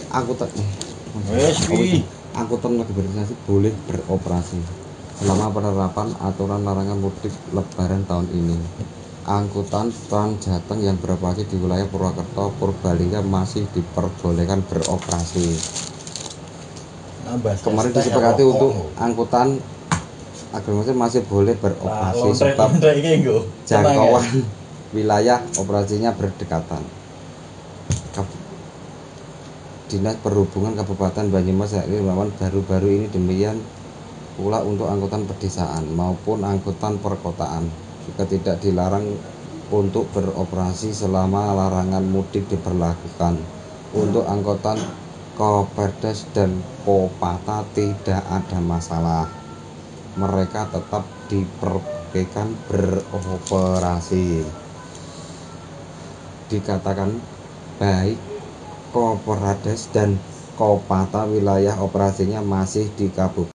angkutan legislasi boleh beroperasi selama penerapan aturan larangan mudik Lebaran tahun ini. Angkutan Trans Jateng yang beroperasi di wilayah Purwokerto, Purbalingga masih diperbolehkan beroperasi. Kemarin disepakati untuk angkutan aglomerasi masih boleh beroperasi sebab jangkauan wilayah operasinya berdekatan. Dinas Perhubungan Kabupaten Banyumas melakukan baru-baru ini demikian pula untuk angkutan pedesaan maupun angkutan perkotaan juga tidak dilarang untuk beroperasi selama larangan mudik diberlakukan. Untuk angkutan Koperdes dan Kopata tidak ada masalah, mereka tetap diperbolehkan beroperasi. Dikatakan baik Koperdes dan Kopata wilayah operasinya masih di Kabupaten